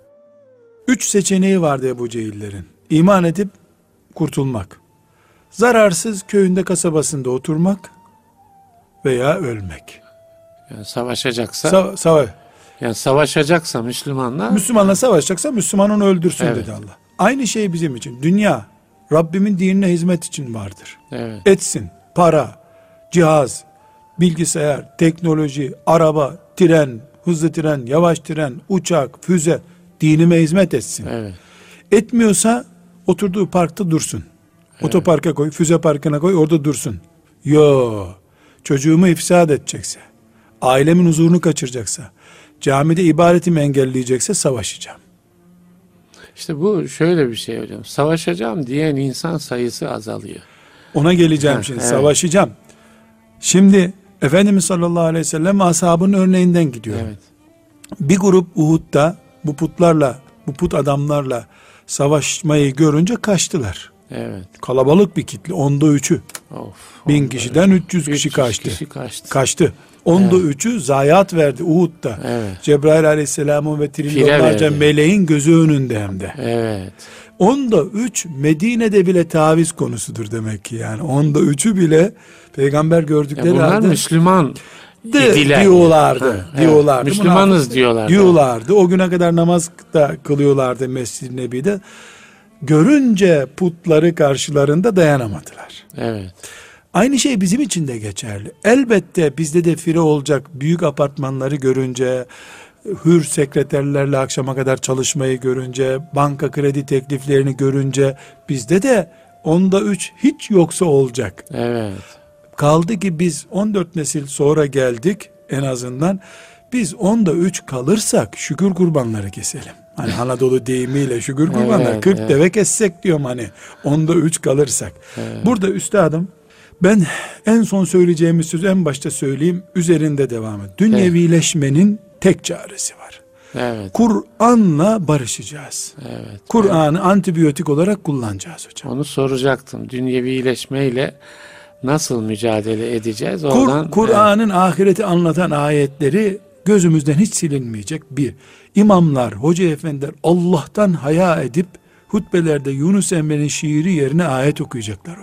3 seçeneği vardı Ebu Cehillerin. İman edip kurtulmak, zararsız köyünde kasabasında oturmak veya ölmek. Yani savaşacaksa yani savaşacaksa Müslümanlar Müslümanla savaşacaksa Müslüman onu öldürsün Evet. dedi Allah. Aynı şey bizim için. Dünya Rabbimin dinine hizmet için vardır. evet. Etsin. Para, cihaz, bilgisayar, teknoloji, araba, tren, hızlı tren, yavaş tren, uçak, füze dinime hizmet etsin. Evet. Etmiyorsa oturduğu parkta dursun. Otoparka koy, füze parkına koy, orada dursun. Yo, çocuğumu ifsad edecekse, ailemin huzurunu kaçıracaksa, camide ibadetimi engelleyecekse savaşacağım. İşte bu şöyle bir şey hocam. Savaşacağım diyen insan sayısı azalıyor. Ona geleceğim şimdi, evet. savaşacağım. Şimdi Efendimiz sallallahu aleyhi ve sellem ashabının örneğinden gidiyor. Evet. Bir grup Uhud'da bu putlarla, bu put adamlarla savaşmayı görünce kaçtılar. Evet. Kalabalık bir kitle, 3'ü. Of. 1000 kişiden 300 kişi kaçtı. Kaçtı. 3'ü zayiat verdi Uhud'da. Evet. Cebrail aleyhisselamın ve trilyonlarca verdi. meleğin gözü önünde hem de. Evet. 3 Medine'de bile taviz konusudur demek ki yani. 3'ü bile peygamber gördükleri Bunlar halde Müslüman idiler. diyorlardı. Ha, diyorlardı. evet. Müslümanız diyorlardı. Diyorlardı. O güne kadar namaz da kılıyorlardı Mescid-i Nebi'de. Görünce putları karşılarında dayanamadılar. Evet. Aynı şey bizim için de geçerli. Elbette bizde de fire olacak, büyük apartmanları görünce, hür sekreterlerle akşama kadar çalışmayı görünce, banka kredi tekliflerini görünce bizde de 3 hiç yoksa olacak. Evet. Kaldı ki biz 14 nesil sonra geldik en azından. Biz 3 kalırsak şükür kurbanları keselim. Hani Anadolu deyimiyle şükür kurbanları. Evet, 40 evet. deve kessek diyorum hani. 3 kalırsak. Evet. Burada üstadım, ben en son söyleyeceğimiz sözü en başta söyleyeyim. Üzerinde devam et. Dünyevileşmenin tek çaresi var. Evet. Kur'an'la barışacağız. Evet. Kur'an'ı antibiyotik olarak kullanacağız hocam. Onu soracaktım. Dünyevileşmeyle nasıl mücadele edeceğiz? Oradan Kur'an'ın ahireti anlatan ayetleri gözümüzden hiç silinmeyecek. Bir, imamlar, hoca efendiler Allah'tan haya edip hutbelerde Yunus Emre'nin şiiri yerine ayet okuyacaklar hocam.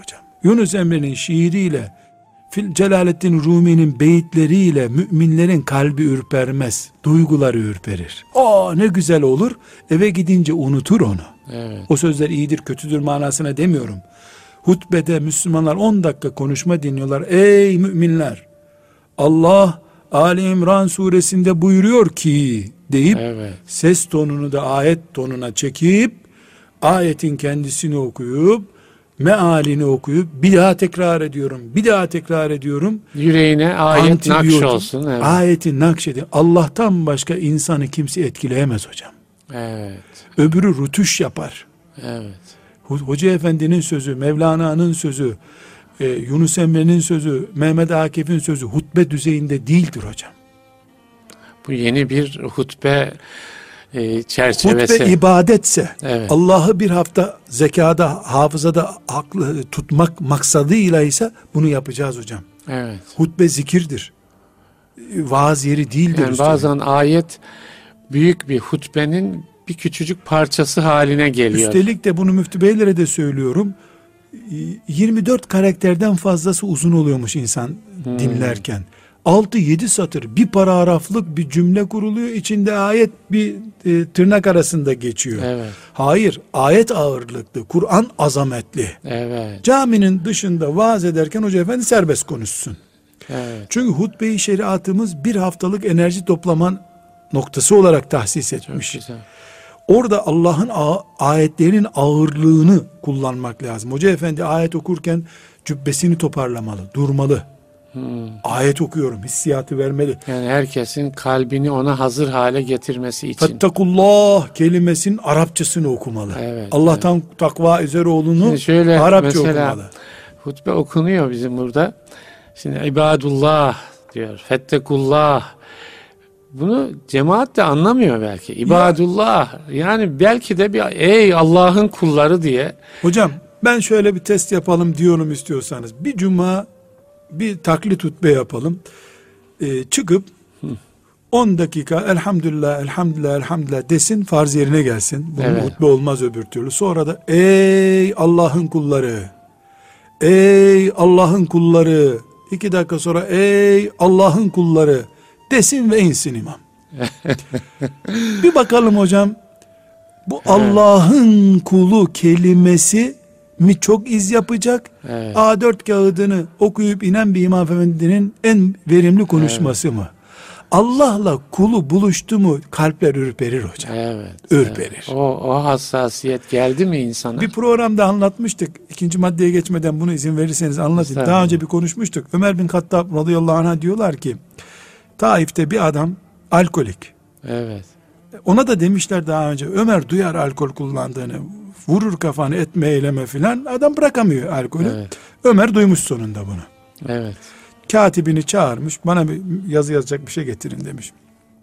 Yunus Emre'nin şiiriyle, Celaleddin Rumi'nin beyitleriyle müminlerin kalbi ürpermez, duyguları ürperir. Ne güzel olur, eve gidince unutur onu. Evet. O sözler iyidir, kötüdür manasına demiyorum. Hutbede Müslümanlar 10 dakika konuşma dinliyorlar. Ey müminler! Allah Ali İmran suresinde buyuruyor ki deyip ses tonunu da ayet tonuna çekip ayetin kendisini okuyup mealini okuyup bir daha tekrar ediyorum. Yüreğine ayet nakş olsun. Evet. Ayeti nakşedin. Allah'tan başka insanı kimse etkileyemez hocam. Evet. Öbürü rütuş yapar. Evet. Hoca Efendi'nin sözü, Mevlana'nın sözü, Yunus Emre'nin sözü, Mehmet Akif'in sözü hutbe düzeyinde değildir hocam. Bu yeni bir hutbe çerçevesi. Hutbe ibadetse, evet. Allah'ı bir hafta zekada, hafızada haklı tutmak maksadıyla ise bunu yapacağız hocam. Evet. Hutbe zikirdir. Vaaz yeri değildir. Yani bazen ayet büyük bir hutbenin bir küçücük parçası haline geliyor. Üstelik de bunu müftü beylere de söylüyorum. 24 karakterden fazlası uzun oluyormuş insan dinlerken. 6-7 satır bir paragraflık bir cümle kuruluyor. İçinde ayet bir tırnak arasında geçiyor. Evet. Hayır, ayet ağırlıklı, Kur'an azametli. Evet. Caminin dışında vaaz ederken Hoca Efendi serbest konuşsun. Evet. Çünkü hutbe-i şeriatımız bir haftalık enerji toplaman noktası olarak tahsis etmiş. Orada Allah'ın ayetlerinin ağırlığını kullanmak lazım. Hoca Efendi ayet okurken cübbesini toparlamalı, durmalı. Ayet okuyorum, hissiyatı vermeli. Yani herkesin kalbini ona hazır hale getirmesi için. Fettakullah kelimesinin Arapçasını okumalı. Evet, Allah'tan takva ezeroğlunu Arapça okumalı. Hutbe okunuyor bizim burada. Şimdi ibadullah diyor. Fettekullah. Bunu cemaat de anlamıyor belki. İbadullah. Yani belki de bir ey Allah'ın kulları diye. Hocam ben şöyle bir test yapalım diyorum istiyorsanız. Bir cuma bir taklit hutbe yapalım. Çıkıp 10 dakika elhamdülillah desin, farz yerine gelsin. Bunun hutbe olmaz öbür türlü. Sonra da ey Allah'ın kulları, ey Allah'ın kulları, 2 dakika sonra ey Allah'ın kulları desin ve insin imam. Bir bakalım hocam, bu Allah'ın kulu kelimesi mi çok iz yapacak? A4 kağıdını okuyup inen bir imam efendinin en verimli konuşması mı? Allah'la kulu buluştu mu kalpler ürperir hocam. Ürperir. Evet. O hassasiyet geldi mi insana? Bir programda anlatmıştık. 2. maddeye geçmeden bunu izin verirseniz anlatayım. Daha önce bir konuşmuştuk. Ömer bin Hattab radıyallahu anh'a diyorlar ki Taif'te bir adam alkolik. Evet. Ona da demişler daha önce, Ömer duyar alkol kullandığını, vurur kafanı, etme eyleme filan, adam bırakamıyor alkolü. Evet. Ömer duymuş sonunda bunu. Evet. Katibini çağırmış, bana bir yazı yazacak bir şey getirin demiş.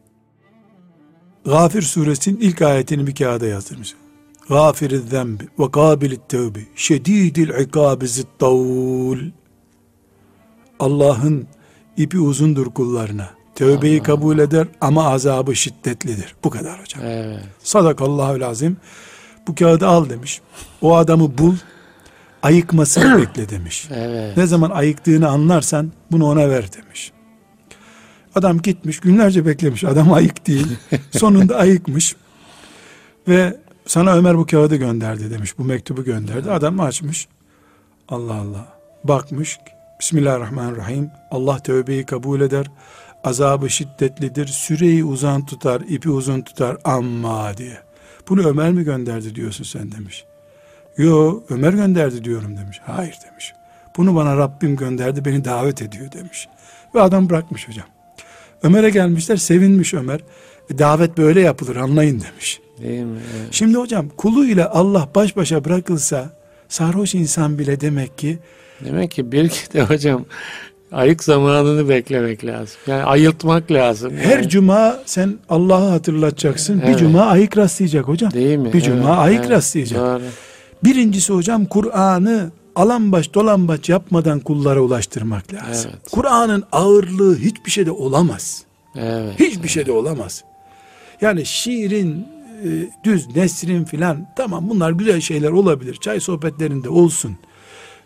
Gafir suresinin ilk ayetini bir kağıda yazdırmış. Gafiriz zembi ve kabilit tevbi şedidil ikabi zittavul. Allah'ın ipi uzundur kullarına. Tövbeyi kabul eder ama azabı şiddetlidir. Bu kadar hocam. Evet. Sadakallahul azim. Bu kağıdı al demiş. O adamı bul. Ayıkmasını bekle demiş. Evet. Ne zaman ayıktığını anlarsan bunu ona ver demiş. Adam gitmiş, günlerce beklemiş. Adam ayık değil. Sonunda ayıkmış. Ve sana Ömer bu kağıdı gönderdi demiş. Bu mektubu gönderdi. Adam açmış. Allah Allah. Bakmış. Bismillahirrahmanirrahim. Allah tövbeyi kabul eder. Azabı şiddetlidir. Süreyi uzun tutar, ipi uzun tutar amma diye. Bunu Ömer mi gönderdi diyorsun sen demiş. Yo, Ömer gönderdi diyorum demiş. Hayır demiş. Bunu bana Rabbim gönderdi, beni davet ediyor demiş. Ve adam bırakmış hocam. Ömer'e gelmişler, sevinmiş Ömer. Davet böyle yapılır, anlayın demiş. Değil mi? Evet. Şimdi hocam kulu ile Allah baş başa bırakılsa sarhoş insan bile demek ki bir de hocam ayık zamanını beklemek lazım. Yani ayıltmak lazım. Yani. Her cuma sen Allah'ı hatırlatacaksın. Bir cuma ayık rastlayacak hocam. Değil mi? Bir cuma ayık rastlayacak. Doğru. Birincisi hocam Kur'an'ı alambaç dolambaç yapmadan kullara ulaştırmak lazım. Evet. Kur'an'ın ağırlığı hiçbir şeyde olamaz. Evet. Hiçbir şeyde olamaz. Yani şiirin, düz nesrin filan tamam bunlar güzel şeyler olabilir. Çay sohbetlerinde olsun.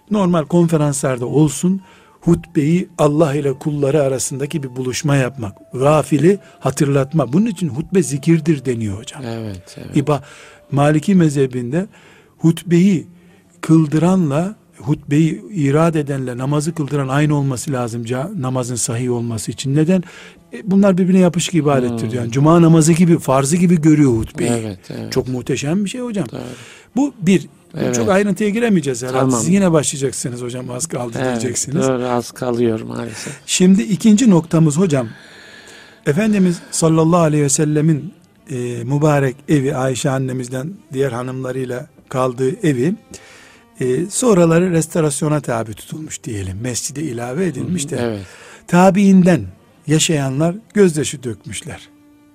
normal konferanslarda olsun, hutbeyi Allah ile kulları arasındaki bir buluşma yapmak, gafili hatırlatma. Bunun için hutbe zikirdir deniyor hocam. Evet, evet. Maliki mezhebinde hutbeyi kıldıranla, hutbeyi irad edenle namazı kıldıran aynı olması lazım namazın sahih olması için. Neden? Bunlar birbirine yapışık ibadettir. Yani cuma namazı gibi, farzı gibi görüyor hutbeyi. Evet, evet. Çok muhteşem bir şey hocam. Doğru. Bu bir. Evet. Çok ayrıntıya giremeyeceğiz herhalde. Tamam. Siz yine başlayacaksınız hocam, az kaldı diyeceksiniz. Doğru, az kalıyor maalesef. Şimdi ikinci noktamız hocam, Efendimiz sallallahu aleyhi ve sellemin mübarek evi, Ayşe annemizden diğer hanımlarıyla kaldığı evi sonraları restorasyona tabi tutulmuş diyelim. Mescide ilave edilmiş de. Evet. Tabiinden yaşayanlar gözyaşı dökmüşler.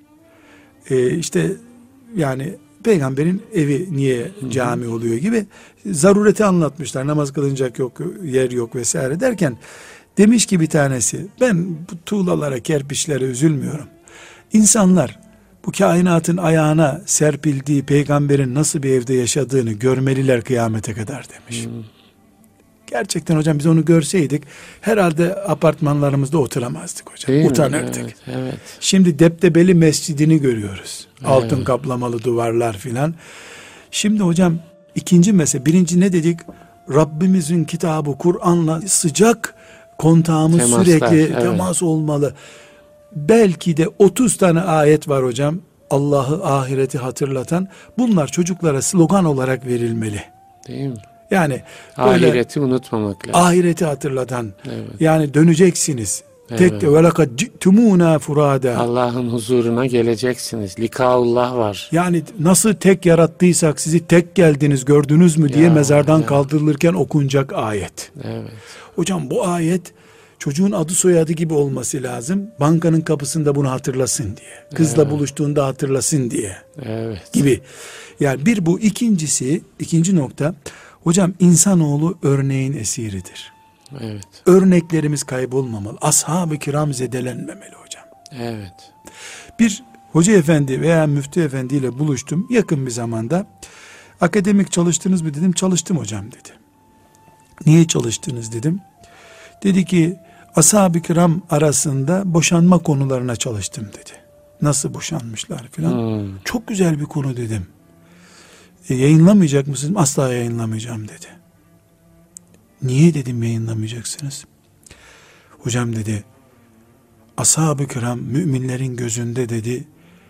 İşte yani peygamberin evi niye cami oluyor gibi zarureti anlatmışlar. Namaz kılınacak yok, yer yok vesaire derken demiş ki bir tanesi, ben bu tuğlalara, kerpiçlere üzülmüyorum. İnsanlar bu kainatın ayağına serpildiği peygamberin nasıl bir evde yaşadığını görmeliler kıyamete kadar demiş. Gerçekten hocam biz onu görseydik herhalde apartmanlarımızda oturamazdık hocam. Değil utanırdık. mi? Evet, evet. Şimdi deptebeli mescidini görüyoruz. Evet. Altın kaplamalı duvarlar filan. Şimdi hocam ikinci mesele, birinci ne dedik? Rabbimizin kitabı Kur'an'la sıcak kontağımız Temaslar, sürekli evet. temas olmalı. Belki de 30 tane ayet var hocam, Allah'ı, ahireti hatırlatan. Bunlar çocuklara slogan olarak verilmeli. Değil mi? Yani böyle Ahireti unutmamak lazım. ahireti hatırlatan. Evet. Yani döneceksiniz. Evet. Tek ve lekad ci'tumuna furada. Allah'ın huzuruna geleceksiniz. Likaullah var. Yani nasıl tek yarattıysak sizi tek geldiniz gördünüz mü diye Ya, mezardan ya. kaldırılırken okunacak ayet. Evet. Hocam bu ayet çocuğun adı soyadı gibi olması lazım. Bankanın kapısında bunu hatırlasın diye. Kızla buluştuğunda hatırlasın diye Evet. gibi. Yani bir bu, ikinci nokta. Hocam insanoğlu örneğin esiridir. Evet. Örneklerimiz kaybolmamalı. Ashab-ı kiram zedelenmemeli hocam. Evet. Bir hoca efendi veya müftü efendi ile buluştum yakın bir zamanda. Akademik çalıştınız mı dedim. Çalıştım hocam dedi. Niye çalıştınız dedim. Dedi ki ashab-ı kiram arasında boşanma konularına çalıştım dedi. Nasıl boşanmışlar filan. Çok güzel bir konu dedim. Yayınlamayacak mısınız? Asla yayınlamayacağım dedi. Niye dedim yayınlamayacaksınız? Hocam dedi, ashab-ı kiram müminlerin gözünde dedi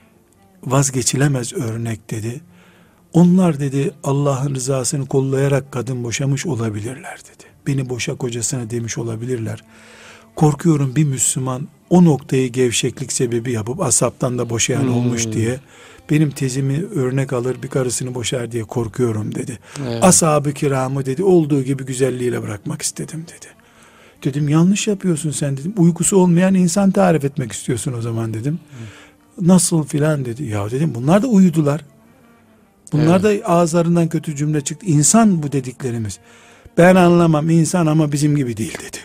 vazgeçilemez örnek dedi. Onlar dedi Allah'ın rızasını kollayarak kadın boşamış olabilirler dedi. Beni boşa kocasına demiş olabilirler. Korkuyorum bir Müslüman o noktayı gevşeklik sebebi yapıp asaptan da boşayan olmuş diye benim tezimi örnek alır bir karısını boşar diye korkuyorum dedi. Evet. Ashab-ı kiramı dedi olduğu gibi güzelliğiyle bırakmak istedim dedi. Dedim yanlış yapıyorsun sen dedim. Uykusu olmayan insan tarif etmek istiyorsun o zaman dedim. Nasıl filan dedi. Ya dedim bunlar da uyudular. Bunlar da ağızlarından kötü cümle çıktı. İnsan bu dediklerimiz. Ben anlamam insan ama bizim gibi değil dedi.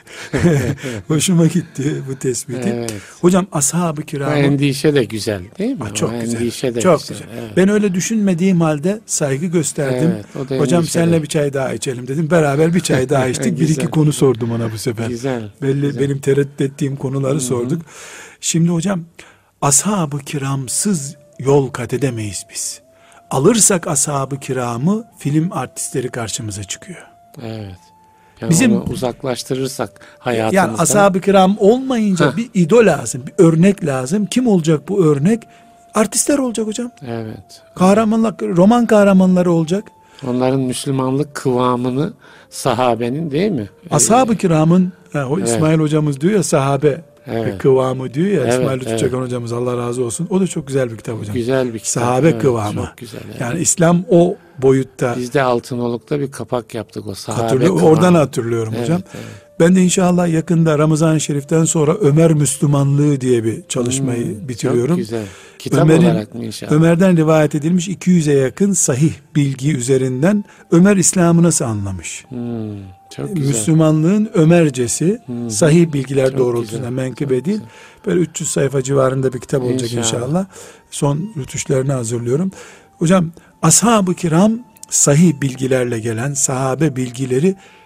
Hoşuma gitti bu tespiti. Evet. Hocam ashab-ı Bu kiramı endişe de güzel değil mi? çok O güzel. endişe de Çok güzel. güzel. Evet. Ben öyle düşünmediğim halde saygı gösterdim. Evet, o da Hocam endişe seninle de. bir çay daha içelim dedim. Beraber bir çay daha içtik. Bir Güzel. iki konu sordu bana bu sefer. Güzel. Belli benim tereddüt ettiğim konuları sorduk. Şimdi hocam ashab-ı kiramsız yol kat edemeyiz biz. Alırsak ashab-ı kiramı film artistleri karşımıza çıkıyor. Evet. Yani Bizim- onu uzaklaştırırsak hayatımızdan. Yani ashab-ı kiram olmayınca bir idol lazım, bir örnek lazım. Kim olacak bu örnek? Artistler olacak hocam. Evet. Kahramanlar, roman kahramanları olacak. Onların Müslümanlık kıvamını sahabenin değil mi? Ashab-ı kiramın, İsmail hocamız diyor ya sahabe Evet. kıvamı diyor ya, Evet, İsmail Lütfü evet. Çakan hocamız Allah razı olsun. O da çok güzel bir kitap hocam. Güzel bir kitap. Sahabe Evet, kıvamı. Çok güzel. Evet. Yani İslam o boyutta. Biz de Altınoluk'ta bir kapak yaptık o sahabe Hatırlıyorum, kıvamı. oradan hatırlıyorum hocam. Evet. Ben de inşallah yakında Ramazan-ı Şerif'ten sonra Ömer Müslümanlığı diye bir çalışmayı bitiriyorum. Çok güzel. Kitap olarak mı inşallah? Ömer'den rivayet edilmiş 200'e yakın sahih bilgi üzerinden Ömer İslam'ı nasıl anlamış? Çok güzel. Müslümanlığın Ömercesi sahih bilgiler Çok doğrultusunda güzel, menkıbe çok değil. güzel. Böyle 300 sayfa civarında bir kitap olacak inşallah. Son rütuşlarını hazırlıyorum. Hocam ashab-ı kiram sahih bilgilerle gelen sahabe bilgileri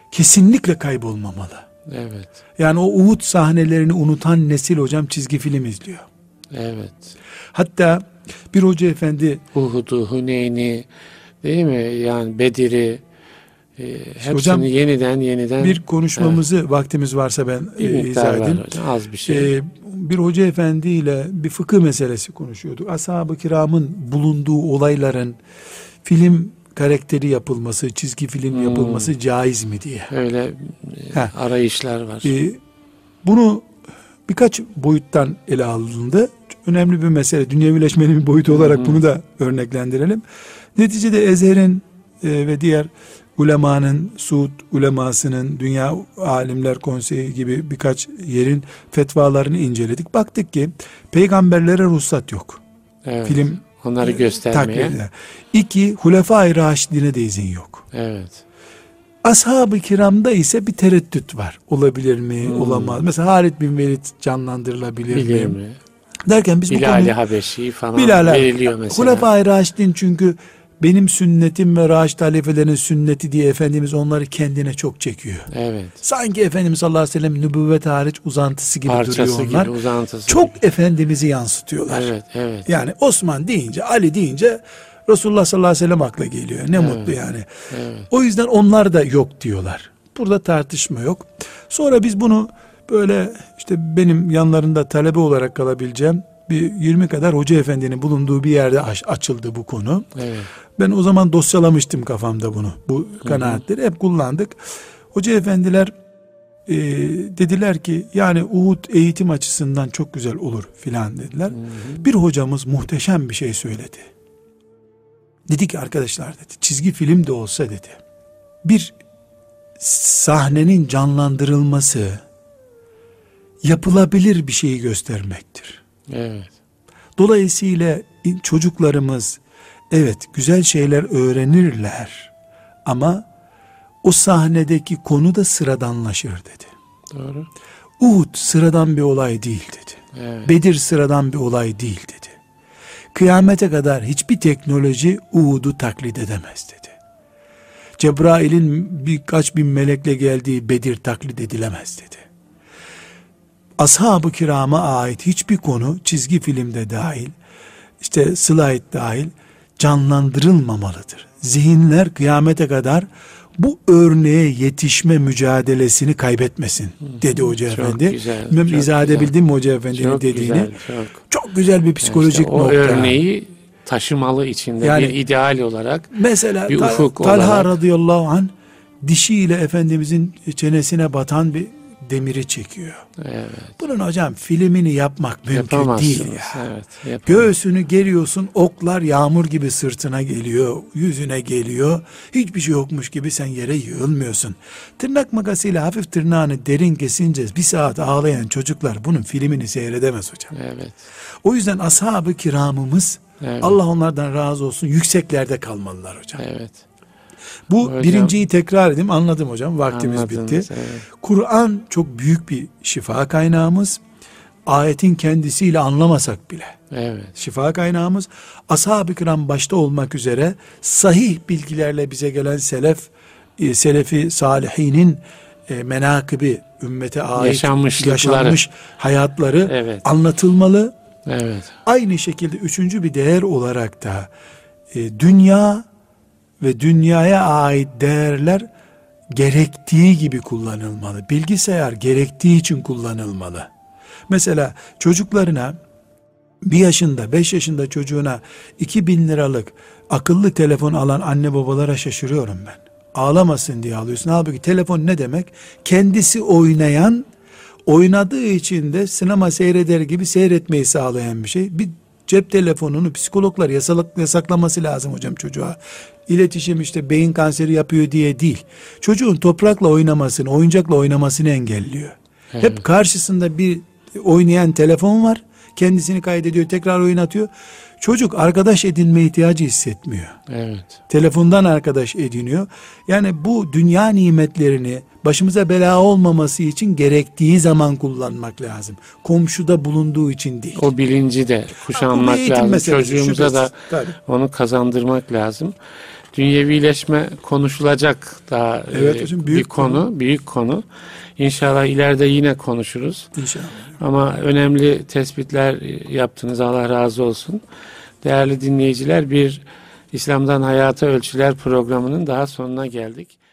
kesinlikle kaybolmamalı. Evet. Yani o Uhud sahnelerini unutan nesil hocam çizgi film izliyor. Evet. Hatta bir hoca efendi, Uhud'u, Huneyn'i, değil mi? Yani Bedir'i, hepsini hocam, yeniden bir konuşmamızı vaktimiz varsa ben bir miktar izah var edeyim. hocam, az bir şey. Bir hoca efendiyle bir fıkıh meselesi konuşuyorduk. Ashab-ı kiramın bulunduğu olayların film karakteri yapılması, çizgi film yapılması caiz mi diye. Öyle arayışlar var. Bunu birkaç boyuttan ele alındı. Önemli bir mesele. Dünyevileşmenin bir boyutu olarak bunu da örneklendirelim. Neticede Ezher'in ve diğer ulemanın, Suud ulemasının, Dünya Alimler Konseyi gibi birkaç yerin fetvalarını inceledik. Baktık ki peygamberlere ruhsat yok. Evet. Film Onları göstermeye. taklidine. 2. Hulefai Raşidine de izin yok. Evet. Ashab-ı kiramda ise bir tereddüt var. Olabilir mi? Olamaz. Mesela Halid bin Velid canlandırılabilir Bilir mi? mi? Derken biz bu Bilal-i konuyu Habeşi falan Bilal veriliyor mesela. Hulefai Raşidin, çünkü benim sünnetim ve Raşid halifelerin sünneti diye Efendimiz onları kendine çok çekiyor. Evet. Sanki Efendimiz sallallahu aleyhi ve sellem nübüvvet hariç uzantısı gibi Parçası duruyor onlar. gibi, uzantısı Çok gibi. Efendimiz'i yansıtıyorlar. Evet, evet. Yani Osman deyince, Ali deyince Resulullah sallallahu aleyhi ve sellem akla geliyor. Ne mutlu yani. Evet. O yüzden onlar da yok diyorlar. Burada tartışma yok. Sonra biz bunu böyle işte benim yanlarında talebe olarak kalabileceğim bir 20 kadar hoca efendinin bulunduğu bir yerde açıldı bu konu. Evet. Ben o zaman dosyalamıştım kafamda bunu. Bu kanaatleri hep kullandık. Hoca efendiler dediler ki yani Uhud eğitim açısından çok güzel olur filan dediler. Bir hocamız muhteşem bir şey söyledi. Dedi ki arkadaşlar dedi, çizgi film de olsa dedi, bir sahnenin canlandırılması yapılabilir bir şeyi göstermektir. Evet. Dolayısıyla çocuklarımız evet güzel şeyler öğrenirler ama o sahnedeki konu da sıradanlaşır dedi. Doğru. Uhud sıradan bir olay değil dedi. Evet. Bedir sıradan bir olay değil dedi. Kıyamete kadar hiçbir teknoloji Uhud'u taklit edemez dedi. Cebrail'in birkaç bin melekle geldiği Bedir taklit edilemez dedi. Ashab-ı kirama ait hiçbir konu çizgi filmde dahil, işte slide dahil canlandırılmamalıdır. Zihinler kıyamete kadar bu örneğe yetişme mücadelesini kaybetmesin dedi Hoca Çok Efendi. güzel, Bilmem çok izah güzel. edebildim mi Hoca Efendi'nin Çok dediğini? güzel, Çok güzel bir psikolojik İşte o nokta. örneği taşımalı içinde Yani bir ideal olarak, mesela bir ufuk Talha olarak. radıyallahu anh dişiyle Efendimizin çenesine batan bir demiri çekiyor. Evet. Bunun hocam filmini yapmak mümkün değil Yapamazsınız. ya. Evet. Yapamazsınız. Göğsünü geriyorsun, oklar yağmur gibi sırtına geliyor, yüzüne geliyor. Hiçbir şey yokmuş gibi sen yere yığılmıyorsun. Tırnak makasıyla hafif tırnağını derin kesince bir saat ağlayan çocuklar bunun filmini seyredemez hocam. Evet. O yüzden ashab-ı kiramımız, Evet. Allah onlardan razı olsun, yükseklerde kalmalılar hocam. Evet. Bu Hocam, birinciyi tekrar edeyim, anladım hocam, vaktimiz Anladınız, bitti. evet. Kur'an çok büyük bir şifa kaynağımız. Ayetin kendisiyle anlamasak bile Evet. şifa kaynağımız. Ashab-ı kiram başta olmak üzere sahih bilgilerle bize gelen selefi salihinin menakıbi, ümmete ait yaşanmış hayatları Evet. anlatılmalı. Evet. Aynı şekilde üçüncü bir değer olarak da dünya ve dünyaya ait değerler gerektiği gibi kullanılmalı. Bilgisayar gerektiği için kullanılmalı. Mesela çocuklarına 1 yaşında 5 yaşında çocuğuna 2.000 liralık akıllı telefon alan anne babalara şaşırıyorum ben. Ağlamasın diye alıyorsun. Halbuki telefon ne demek? Kendisi oynayan, oynadığı için de sinema seyreder gibi seyretmeyi sağlayan bir şey. Bir cep telefonunu psikologlar yasaklaması lazım hocam çocuğa. İletişim işte beyin kanseri yapıyor diye değil. Çocuğun toprakla oynamasını, oyuncakla oynamasını engelliyor. Evet. Hep karşısında bir oynayan telefon var. Kendisini kaydediyor, tekrar oynatıyor. Çocuk arkadaş edinme ihtiyacı hissetmiyor. Evet. Telefondan arkadaş ediniyor. Yani bu dünya nimetlerini başımıza bela olmaması için gerektiği zaman kullanmak lazım. Komşuda bulunduğu için değil. O bilinci de Bu kuşanmak bir eğitim lazım. meselesi, Çocuğumuza da şüphesiz. Tabii. onu kazandırmak lazım. dünyevileşme konuşulacak daha Evet hocam, büyük büyük konu. İnşallah ileride yine konuşuruz. İnşallah. Ama önemli tespitler yaptınız. Allah razı olsun. Değerli dinleyiciler, bir İslam'dan Hayata Ölçüler programının daha sonuna geldik.